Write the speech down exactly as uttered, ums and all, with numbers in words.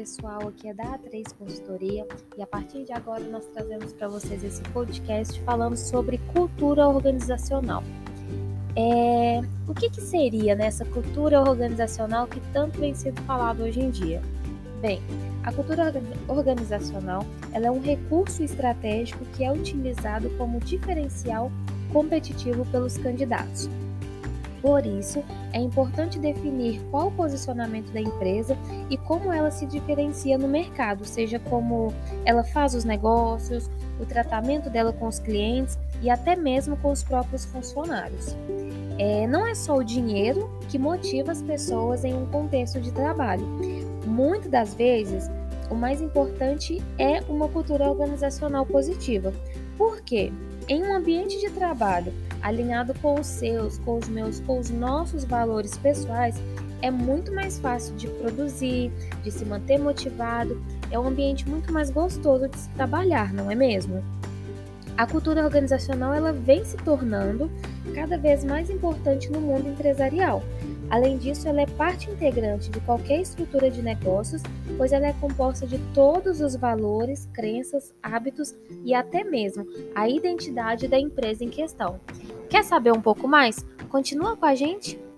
pessoal, aqui é da A três Consultoria e a partir de agora nós trazemos para vocês esse podcast falando sobre cultura organizacional. É, o que, que seria nessa cultura organizacional que tanto vem sendo falado hoje em dia? Bem, a cultura organizacional ela é um recurso estratégico que é utilizado como diferencial competitivo pelos candidatos. Por isso, é importante definir qual o posicionamento da empresa e como ela se diferencia no mercado, seja como ela faz os negócios, o tratamento dela com os clientes e até mesmo com os próprios funcionários. É, não é só o dinheiro que motiva as pessoas em um contexto de trabalho. Muitas das vezes, o mais importante é uma cultura organizacional positiva. Por quê? Em um ambiente de trabalho alinhado com os seus, com os meus, com os nossos valores pessoais, é muito mais fácil de produzir, de se manter motivado, é um ambiente muito mais gostoso de se trabalhar, não é mesmo? A cultura organizacional ela vem se tornando cada vez mais importante no mundo empresarial. Além disso, ela é parte integrante de qualquer estrutura de negócios, pois ela é composta de todos os valores, crenças, hábitos e até mesmo a identidade da empresa em questão. Quer saber um pouco mais? Continua com a gente!